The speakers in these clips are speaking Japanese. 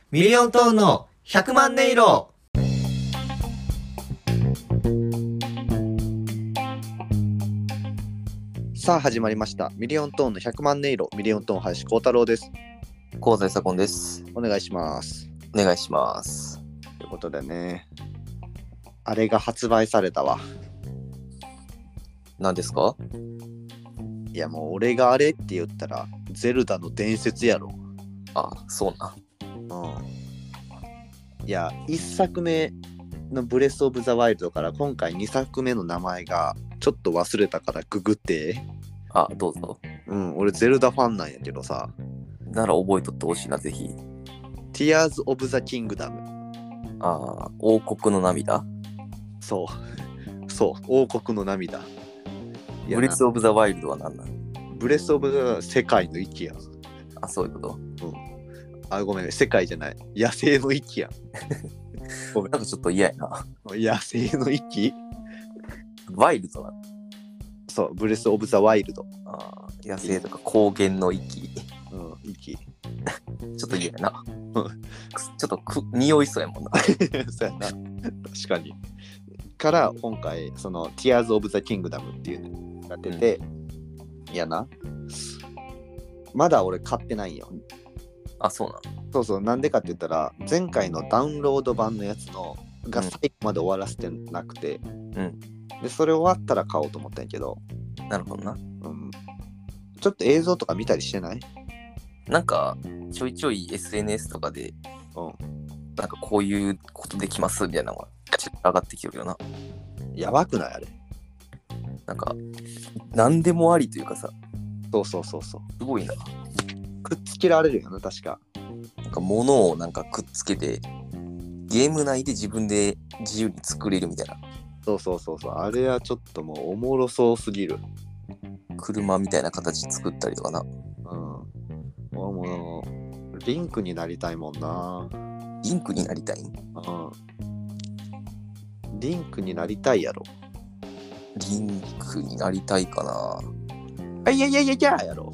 ミリオントーンの100万音色。 さあ始まりましたミリオントーンの100万音色。ミリオントーン林光太郎です。 香西左近です。 お願いします。 お願いします。 ということでね、あれが発売されたわ。 何ですか？ いやもう俺があれって言ったらゼルダの伝説やろ。 あ、そうな。 いや1作目のブレスオブザワイルドから今回2作目の名前がちょっと忘れたからググって。 あ、どうぞ。 俺ゼルダファンなんやけどさ、 なら覚えとってほしいな、ぜひ。 Tears of the Kingdom。 あ、王国の涙。 そう王国の涙。 ブレスオブザワイルドは何なの？ ブレスオブザ世界の域やん。 あ、そういうこと。 あ、ごめん、世界じゃない。野生の域やん。ごめん。 なんかちょっと嫌やな。 野生の域？ ワイルドな。 そう、ブレスオブザワイルド。 あ、野生とか高原の域。 域。 ちょっと嫌やな。ちょっと匂いそうやもんな。 そうやな。確かに。から今回その Tears of the Kingdom っていうのが出て、いやな。まだ俺買ってないんよ。 あ、そうなの。 そう、なんでかって言ったら前回のダウンロード版のやつのが最後まで終わらせてなくて、でそれ終わったら買おうと思ったんやけど。 なるほどな。 ちょっと映像とか見たりしてない？ なんかちょいちょい SNS とかで、なんかこういうことできますみたいなのが上がってきてるよな。 やばくないあれ？ なんか何でもありというかさ。 そうすごいな。 くっつけられるよな、確か。 なんか物をなんかくっつけてゲーム内で自分で自由に作れるみたいな。 そうあれはちょっともうおもろそうすぎる。 車みたいな形作ったりとかな。 もうリンクになりたいもんな。 リンクになりたい？ リンクになりたいやろ。 リンクになりたいかな。 いややろ。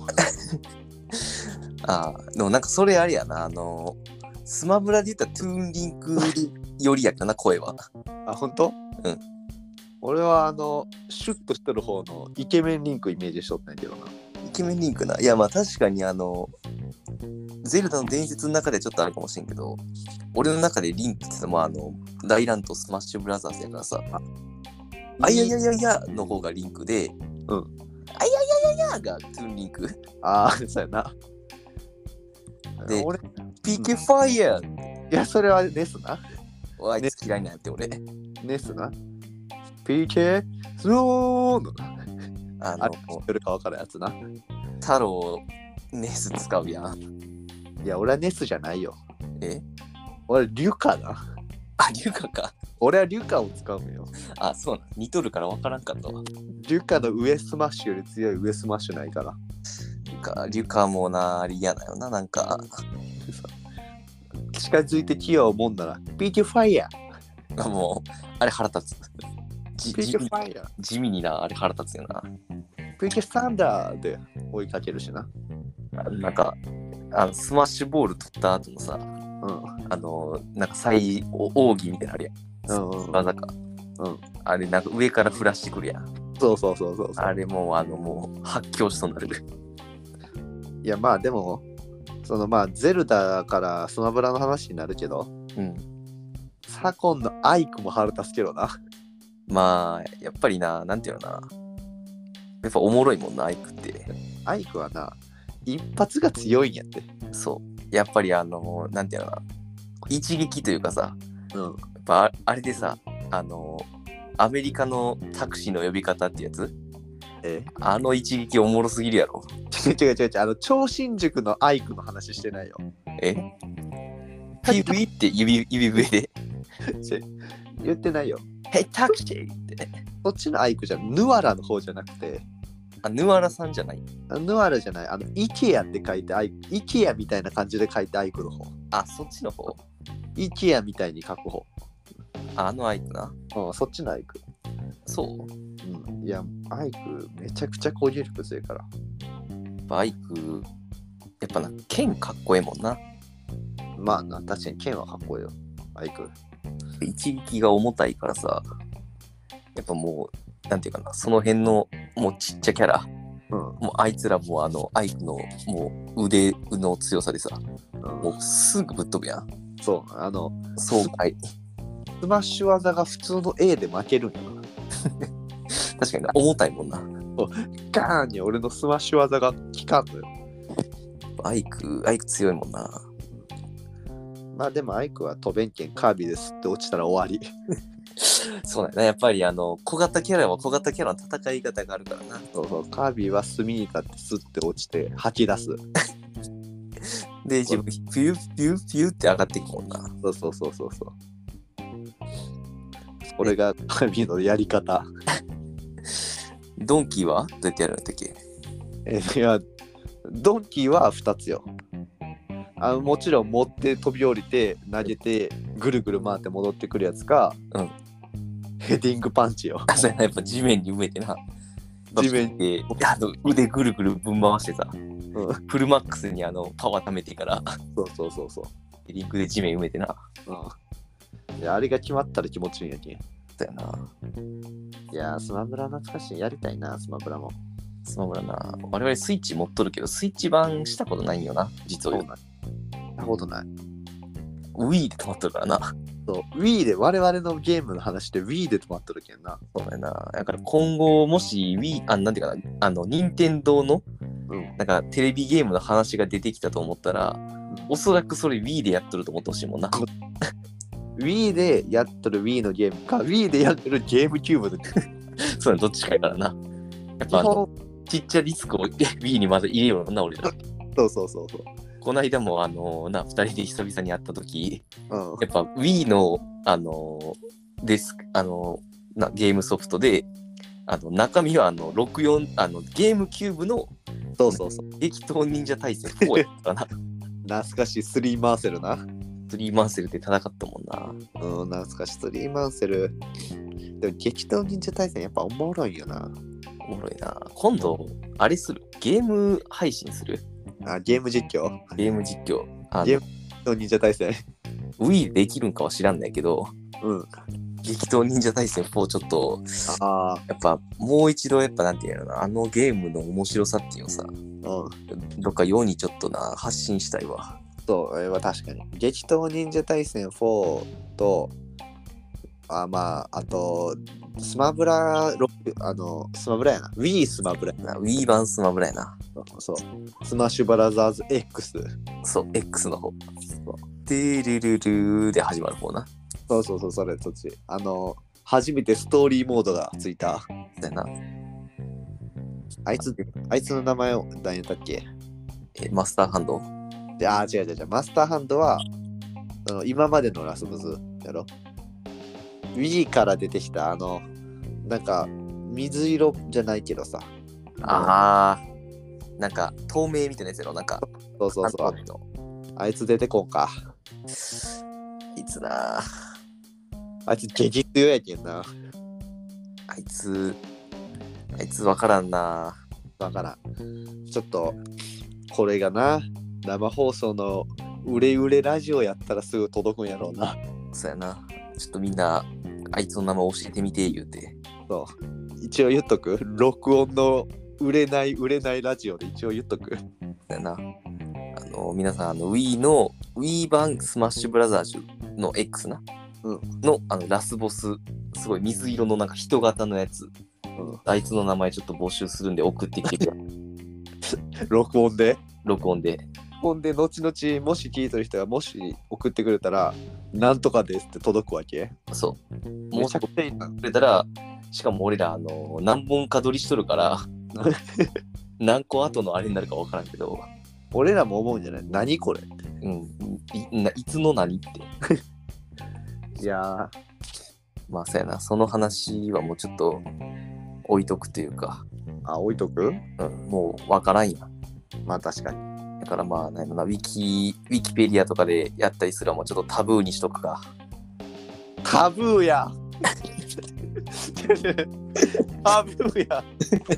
でもなんかそれあれやな、スマブラで言ったらトゥーンリンクよりやったな、声は。 あ、ほんと？俺はシュッとしてる方のイケメンリンクイメージしとったんやけどな。 イケメンリンクな。いやまあ確かにゼルダの伝説の中でちょっとあるかもしれんけど、俺の中でリンクっても大乱闘スマッシュブラザーズやからさ、あいやの方がリンクで、あいやがトゥーンリンク。 そうやな。 で、俺 PK ファイヤー。 いや、それはネスな。 あいつ嫌いなんやって俺。 ネスな。PK スローの知ってるか分からんやつな。 太郎ネス使うやん。 いや、俺はネスじゃないよ。俺リュカな。 リュカか。 俺はリュカを使うのよ。 そうな。似とるから分からんかったわ。 リュカの上スマッシュより強い上スマッシュないから。 リュカもな、嫌だよな、なんか。 近づいてきようもんなら PK ファイヤー。もうあれ腹立つ。 PK ファイヤー地味にな、あれ腹立つよな。 PK サンダーで追いかけるしな。 なんかスマッシュボール取った後のさ、なんか最奥義みたいなあれやん。技か。あれなんか上からフラッシュくるやん。 そうあれもうもう発狂しそうになる。 いやまあでもゼルダからスマブラの話になるけど、左近のアイクも腹立つけどな。 まあやっぱりな、なんていうのな、やっぱおもろいもんな、アイクって。 アイクはな、一発が強いんやって。 そうやっぱりなんていうのな、一撃というかさ、やっぱあれでさ、アメリカのタクシーの呼び方ってやつ、一撃おもろすぎるやろ。 違う超新塾のアイクの話してないよ。 ピュイって指笛で言ってないよ。 タクシーって。 そっちのアイクじゃん。ヌアラの方じゃなくて。 ヌアラさんじゃない？ ヌアラじゃない。イケアって書いてアイク。イケアみたいな感じで書いてアイクの方。 そっちの方？ イケアみたいに書く方。 アイクな。 そっちのアイク。 そう？ いや、アイクめちゃくちゃ攻撃力強いから。 アイク、やっぱな、剣かっこええもんな。 まあな、確かに剣はかっこいいよ。アイク。 一撃が重たいからさ、やっぱもう、なんていうかな、その辺のもうちっちゃキャラ、 うん。 もうあいつらもアイクのもう腕の強さでさ、もうすぐぶっ飛ぶやん。 そう、 そうかい。 スマッシュ技が普通の A で負けるんよな。 確かにな、重たいもんな。 ガーンに俺のスマッシュ技が効かんのよ。 アイク強いもんな。 まあでもアイクは飛べんけんカービィですって落ちたら終わり。 そうだよね。やっぱり小型キャラは小型キャラの戦い方があるからな。 そうそう、カービィは隅に立ってスッて落ちて吐き出す。 で、自分、ピューピューピューって上がっていくもんな。 そうそうそうそうそう。これがカービィのやり方。 ドンキーはどうやってやるんだっけ？ いや、ドンキーは2つよ。もちろん持って飛び降りて投げてぐるぐる回って戻ってくるやつか、 うん、 ヘディングパンチよ。 そうやな、やっぱ地面に埋めてな。 地面で腕ぐるぐるぶん回してさ、 うん、 フルマックスにパワー貯めてからそうそうそうそう。 ヘディングで地面埋めてな。 うん。いや、あれが決まったら気持ちいいんやけん。 そうやな。 いやー、スマブラ懐かしい。やりたいな、スマブラも。 スマブラな。我々スイッチ持っとるけど、スイッチ版したことないんよな、実は。 なことない。 Wii で止まっとるからな。 そう、Wii で、我々のゲームの話で Wii で止まっとるけんな。 そうだよな。だから今後、もし Wii、なんていうかな、任天堂の、なんかテレビゲームの話が出てきたと思ったら、おそらくそれ Wii でやっとると思ってほしいもんな。 Wii でやっとる Wii のゲームか、Wii でやっとるゲームキューブのゲーム。 そうだ、どっちかやからな。やっぱちっちゃディスクを Wii にまだ入れような、俺ら。 そうそうそうそう。 この間も2人で久々に会った時、 うん、 やっぱ Wii のデスクゲームソフトで中身は64ゲームキューブのそうそうそう激闘忍者対戦4やったかな。 懐かしいスリーマンセルな。 スリーマンセルで戦ったもんな。 うん、懐かしいスリーマンセル。でも激闘忍者対戦やっぱおもろいよな。 おもろいな。今度あれする？ゲーム配信する？ ゲーム実況。 ゲーム実況。 ゲームの忍者対戦。 Wii できるんかは知らんないけど、 うん。 激闘忍者対戦4ちょっと、やっぱもう一度やっぱなんていうのかな、ゲームの面白さっていうのをさ、どっか世にちょっとな、発信したいわ。 そう、確かに。激闘忍者対戦4と、あと、スマブラ、スマブラやな。Wii スマブラやな。 Wii 版スマブラやな。 そう。スマッシュブラザーズ X。 そう、X の方。でルルルで始まる方な。 そうそうそう、そっち。初めてストーリーモードがついた。 だよな。 あいつの名前を何やったっけ？ マスターハンド。 違う。マスターハンドは、今までのラスボスやろ。Wii から出てきた、なんか、水色じゃないけどさ。 なんか、透明みたいなやつやろ、なんか。 そう。あいつ出てこんか。 いつな。 あいつ激強やけんな。 あいつわからんな。 わからん。ちょっと、これがな、生放送の売れラジオやったらすぐ届くんやろうな。 そうやな。ちょっとみんな、あいつの名前教えてみて言うて。 そう。一応言っとく。録音の売れないラジオで一応言っとく。 そうやな。皆さん、Wii 版スマッシュブラザーズの X な。の、ラスボス、すごい水色のなんか人型のやつ。あいつの名前ちょっと募集するんで送ってきてくれ。 録音で後々 もし聞いてる人がもし送ってくれたら、なんとかですって届くわけ？ そう。 めちゃくちゃいいな。 くれたら、しかも俺ら、何本か取りしとるから、何個後のあれになるか分からんけど、 俺らも思うんじゃない？何これ？ いつの何って。 いやまあ、そうやな。その話はもうちょっと置いとくというか。 置いとく？ もう分からんや。 まあ確かに。 だからまあ、ウィキペディアとかでやったりするのもちょっとタブーにしとくか。 タブーや。タブーや。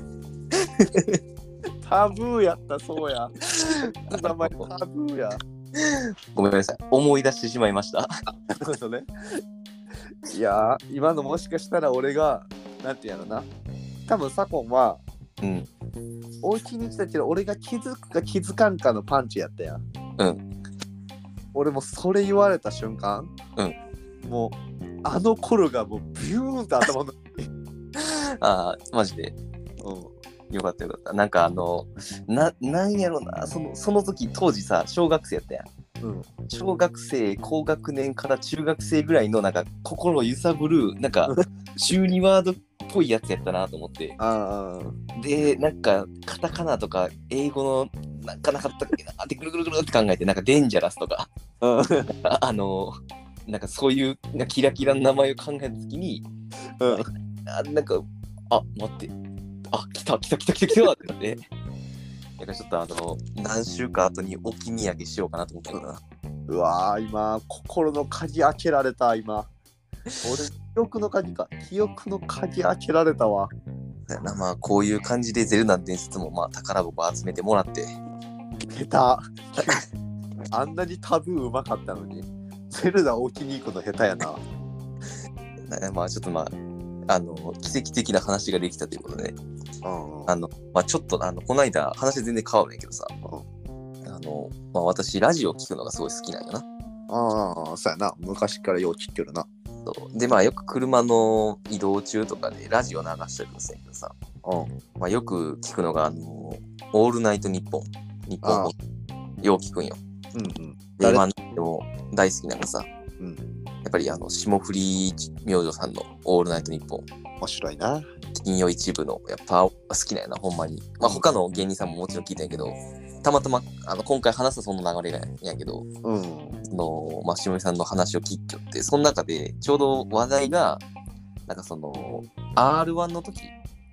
タブーやった、そうや。名前タブーや。 ごめんなさい。思い出してしまいました。 なるほどね。いやー、今のもしかしたら俺が、なんていうのな。多分左近は、 うん。 お家に来たけど、俺が気づくか気づかんかのパンチやったやん。 うん。 俺もそれ言われた瞬間、もう、あの頃がもうビューンと頭の。 ああ、マジで。よかったよかった。なんかなんやろな、その時、当時さ、小学生やったやん。小学生、高学年から中学生ぐらいのなんか心を揺さぶる、なんか中二ワードっぽいやつやったなと思って。で、なんかカタカナとか英語のなんかなかったっけなってぐるぐるぐるって考えて、なんかデンジャラスとか、なんかそういうキラキラの名前を考えた時に、なんか、待って、来たってなって。なんかちょっと何週か後に置き土産しようかなと思ったけどな。 うわー、今、心の鍵開けられた、今。俺、記憶の鍵開けられたわ。 まあ、こういう感じでゼルダの伝説も、まあ、宝箱集めてもらって。 下手。あんなにタブーうまかったのに、ゼルダ置きに行くの下手やな。 まあ、ちょっと奇跡的な話ができたということで、ね。ちょっとこの間話全然変わるんやけどさ、私ラジオ聞くのがすごい好きなんよな。 そうやな。昔からよう聞ってるな。 そうでよく車の移動中とかでラジオ流したりするんやけどさ、よく聞くのがオールナイトニッポンよう聞くんよ。ででも大好きなのさ、やっぱり霜降り明星さんのオールナイトニッポン面白いな。 金曜一部のやっぱ好きなんやな、ほんまに。他の芸人さんももちろん聞いたんやけど、たまたま今回話すその流れがやけど、霜降りさんの話を聞きよって、その中でちょうど話題がなんかR1 の時、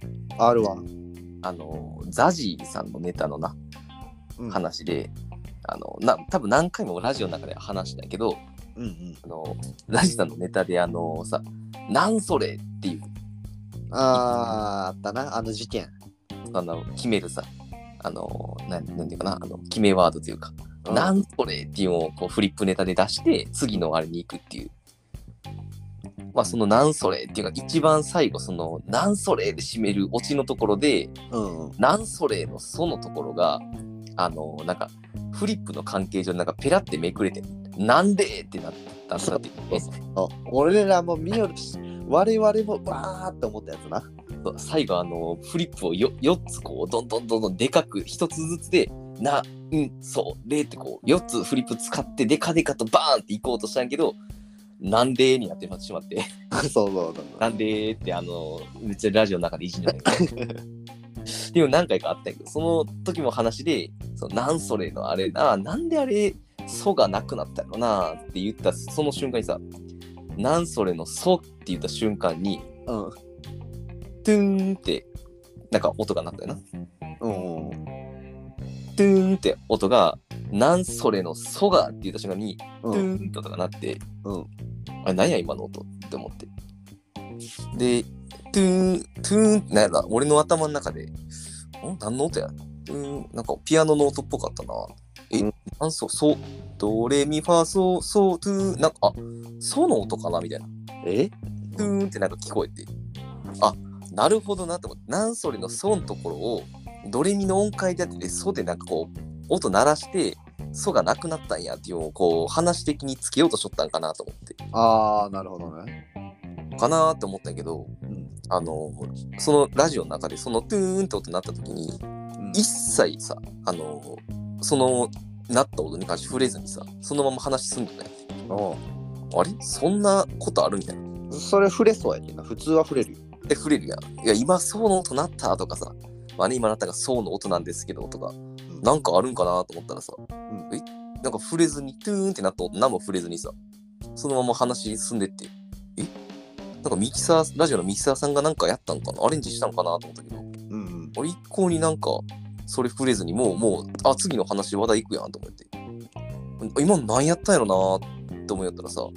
ザジーさんのネタのな、話で、多分何回もラジオの中で話したんやけど、ラジさんのネタでなんそれっていう、 あったな、事件。 決めるさ、なんていうかな、決めワードというか、なんそれっていうのをこうフリップネタで出して、次のあれに行くっていう。そのなんそれっていうか、一番最後、なんそれで締めるオチのところで、なんそれのそのところが、なんか、フリップの関係上、なんかペラってめくれて、なんでってなったんだって言って。 俺らも見よるし、我々もわーって思ったやつな。 最後フリップを4つこうどんどんでかく1つずつでそうでってこう4つフリップ使ってでかとバーンっていこうとしたんやけど、なんでになってしまってそうなんでってめっちゃラジオの中でいじんじゃないけどっていうの何回かあったんやけど、その時も話でなんそれのあれなんであれソがなくなったのなって言ったその瞬間にさ、なんそれのソって言った瞬間にトゥーンってなんか音が鳴ったよな。トゥーンって音がなんそれのソがって言った瞬間にトゥーンって音が鳴って、あれ何や今の音って思って、でトゥーンってなんやろ、俺の頭の中で何の音や、なんかピアノの音っぽかったな。なんソドレミファソトゥーン、なんかソの音かなみたいな。トゥーンってなんか聞こえて、なるほどなと思って、なんそれのソのところをドレミの音階でやってて、ソでなんかこう音鳴らしてソがなくなったんやっていうのをこう話的につけようとしとったんかなと思って。 なるほどね。 かなーって思ったんやけど、そのラジオの中でそのトゥーンって音鳴った時に、一切さその鳴った音に関して触れずにさ、そのまま話進んだね。あれそんなことあるみたいな。 それ触れそうやけどな。普通は触れるよ。 触れるやん。いや今ソの音鳴ったとかさ、今鳴ったがソの音なんですけどとか、なんかあるんかなと思ったらさ、なんか触れずにトゥーンってなった音何も触れずにさ、そのまま話進んでって、なんかラジオのミキサーさんがなんかやったんかな、アレンジしたんかなと思ったけど、俺一向になんかそれ触れずにもう次の話話題行くやんと思って、今何やったんやろなって思いやったらさ、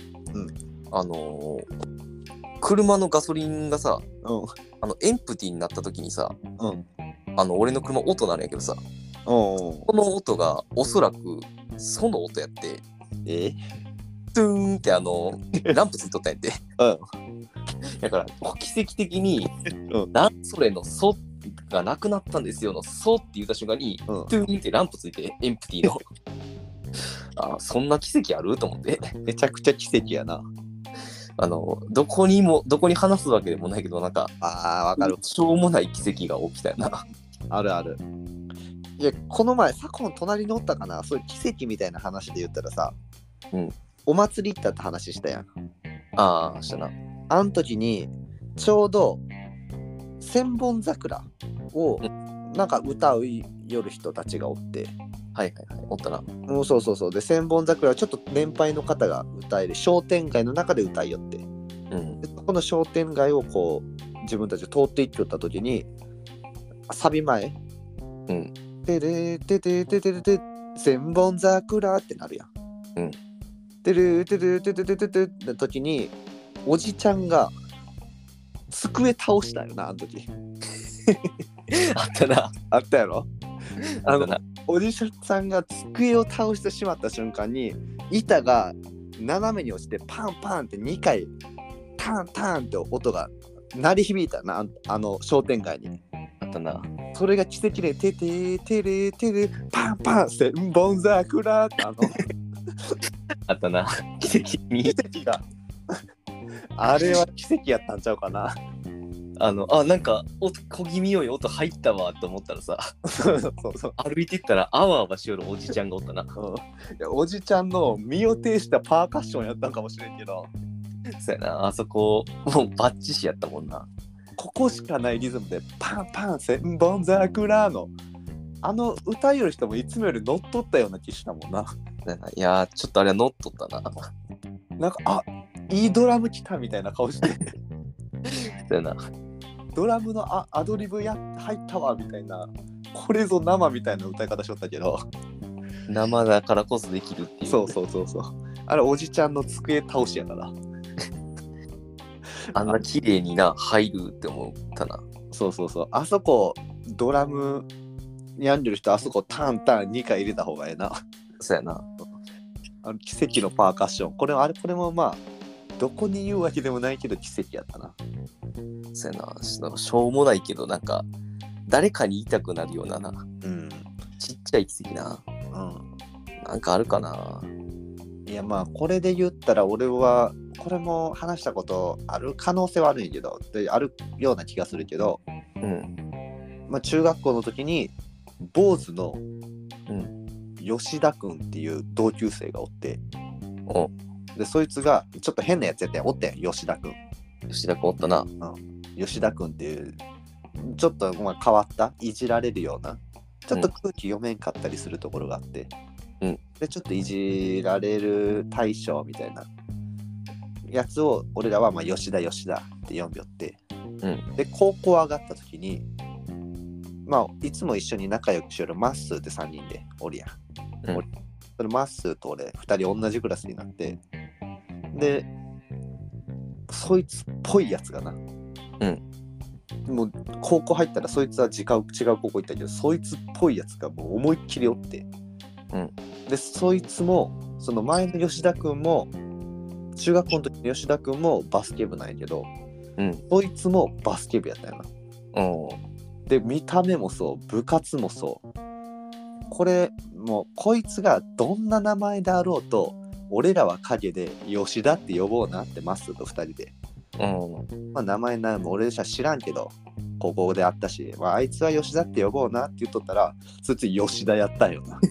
車のガソリンがさ、エンプティになった時にさ、俺の車音なるんやけどさ、この音がおそらくその音やって、 トトゥーンってランプついとったんやって。だから奇跡的に、なんそれのソがなくなったんですよのソって言った瞬間に、トゥーンってランプついてエンプティーのあ、そんな奇跡あると思って。 めちゃくちゃ奇跡やな。 どこに話すわけでもないけど、なんかわかる。 しょうもない奇跡が起きたよな。 あるある。いや、この前サコの隣におったかな、そういう奇跡みたいな話で言ったらさ、お祭り行ったって話したやん。 したな。 あん時にちょうど千本桜をなんか歌う夜人たちがおって、 おったな。 そうそうそう。で、千本桜はちょっと年配の方が歌える商店街の中で歌いよって、でこの商店街をこう自分たちで通っていっちゃった時に、サビ前、てれてててててて千本桜ってなるやん。てるてるててててての時に、おじちゃんが机倒したよな、あの時。 あったな。 あったやろ。おじさんが机を倒してしまった瞬間に、板が斜めに落ちてパンパンって2回タンタンって音が鳴り響いたな、商店街に。 あったな。 それが奇跡でてててれてれパンパン千本桜ってあったな。奇跡があれは奇跡やったんちゃうかな。 なんか小気味よい音入ったわと思ったらさ、 そう歩いてったらあわあわしよるおじちゃんがおったな。 いや、おじちゃんの身を挺したパーカッションやったんかもしれんけど、 そうやな、あそこもうバッチシやったもんな。 ここしかないリズムでパンパン千本桜の歌いよる人もいつもより乗っ取ったような気したもんな。 いやちょっとあれは乗っ取ったな。 なんかいいドラム来たみたいな顔してそうやな、 ドラムのアドリブ入ったわみたいな、これぞ生みたいな歌い方しとったけど、 生だからこそできるっていう。 そうあれおじちゃんの机倒しやからあんな綺麗にな入るって思ったな。 そうあそこドラムやんでる人、あそこタンタン2回入れた方がええな。 そうやな。 奇跡のパーカッション、これもまあどこに言うわけでもないけど奇跡やったな。 そうやな、しょうもないけどなんか誰かに言いたくなるようなな、ちっちゃい奇跡な、なんかあるかな。 いや、まあこれで言ったら俺はこれも話したことある可能性はあるんやけど、あるような気がするけど、まあ中学校の時に坊主の吉田くんっていう同級生がおって、でそいつがちょっと変なやつやったやん、おったやん、吉田くんおったな。 吉田くんっていうちょっと変わったいじられるような、ちょっと空気読めんかったりするところがあって、でちょっといじられる大将みたいなやつを俺らはまあ吉田って呼んでよって、で高校上がった時に、まあいつも一緒に仲良くしよるマッスーって3人でおるやん。それマッスーと俺2人同じクラスになって、でそいつっぽいやつがな、もう高校入ったらそいつは違う高校行ったけど、そいつっぽいやつがもう思いっきりおって、でそいつもその前の吉田くんも中学校の時の吉田くんもバスケ部なんやけど、そいつもバスケ部やったよな。で見た目もそう部活もそう、これもうこいつがどんな名前であろうと俺らは陰で吉田って呼ぼうなってマッスーと2人で、まあ名前なんも俺じゃ知らんけど高校であったし、まあ、あいつは吉田って呼ぼうなって言っとったらそいつ吉田やったんよな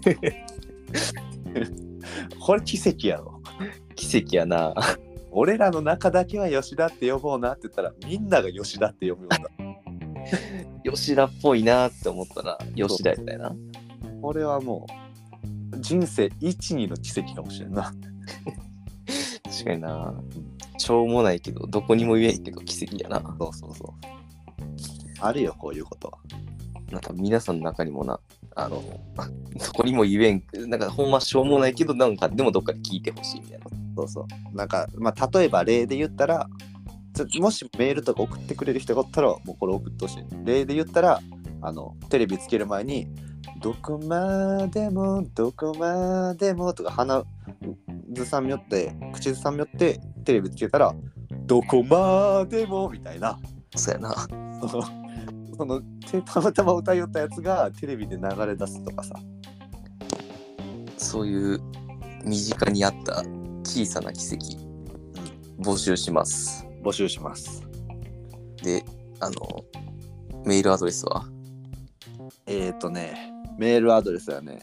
これ奇跡やろ。 奇跡やな。 俺らの中だけは吉田って呼ぼうなって言ったらみんなが吉田って呼ぶようだ吉田っぽいなって思ったら吉田やったよな。 これはもう人生1、2の奇跡かもしれんな。 確かにな。しょうもないけどどこにも言えんけど奇跡やな。 そうあるよこういうことは。 なんか皆さんの中にもな、どこにも言えん、なんかほんましょうもないけどなんかでもどっかで聞いてほしいみたいな。 なんかまあ例えば例で言ったら、もしメールとか送ってくれる人がおったらもうこれ送ってほしい。例で言ったらテレビつける前にどこまでもどこまでもとか鼻ずさみよって口ずさみよってテレビつけたらどこまでもみたいなそうやな。 そのたまたま歌いよったやつがテレビで流れ出すとかさ、 そういう身近にあった小さな奇跡、募集します。 募集します。 で、メールアドレスはメールアドレスはね、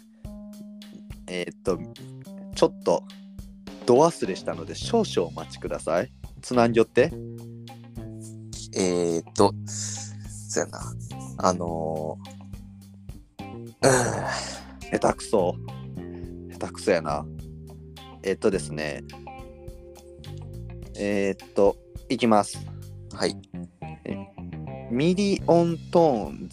ちょっとど忘れしたので少々お待ちください。つなんぎょって。 そうやな。 下手くそやな。ですね。いきます。 はい。 ミリオントーン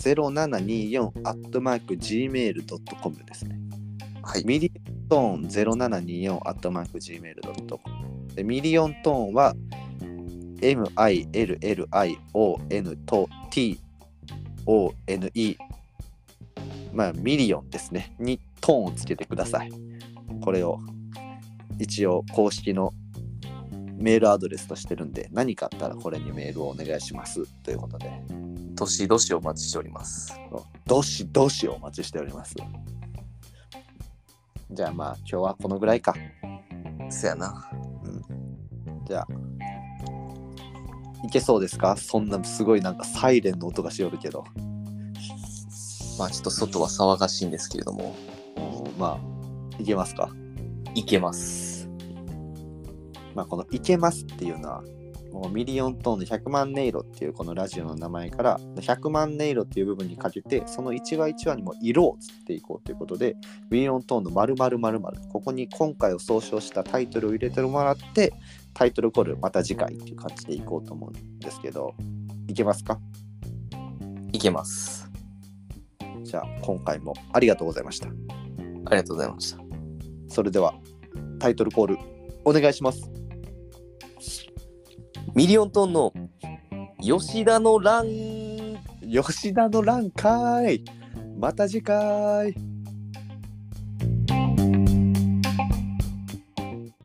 0724@gmail.com ですね。 はい。 ミリオントーン0724@gmail.com で、ミリオントーンは MILLION TONE、 まあミリオンですねにトーンをつけてください。これを一応公式のメールアドレスとしてるんで、何かあったらこれにメールをお願いしますということで、 どしどしお待ちしております。 どしどしお待ちしております。じゃあまあ今日はこのぐらいか。 そやな。 じゃあいけそうですか？そんなすごいなんかサイレンの音がしよるけど。 まあちょっと外は騒がしいんですけれども、 まあいけますか？ いけます。 まあこのいけますっていうのはもうミリオントーンの100万音色っていうこのラジオの名前から100万音色っていう部分にかけて、その1話1話にも色をつっていこうということで、ミリオントーンの〇〇〇〇、ここに今回を総称したタイトルを入れてもらって、タイトルコールまた次回っていう感じでいこうと思うんですけど、いけますか？ いけます。 じゃあ今回もありがとうございました。 ありがとうございました。 それではタイトルコールお願いします。 ミリオントーンの吉田の乱。 吉田の乱かーい。また次回。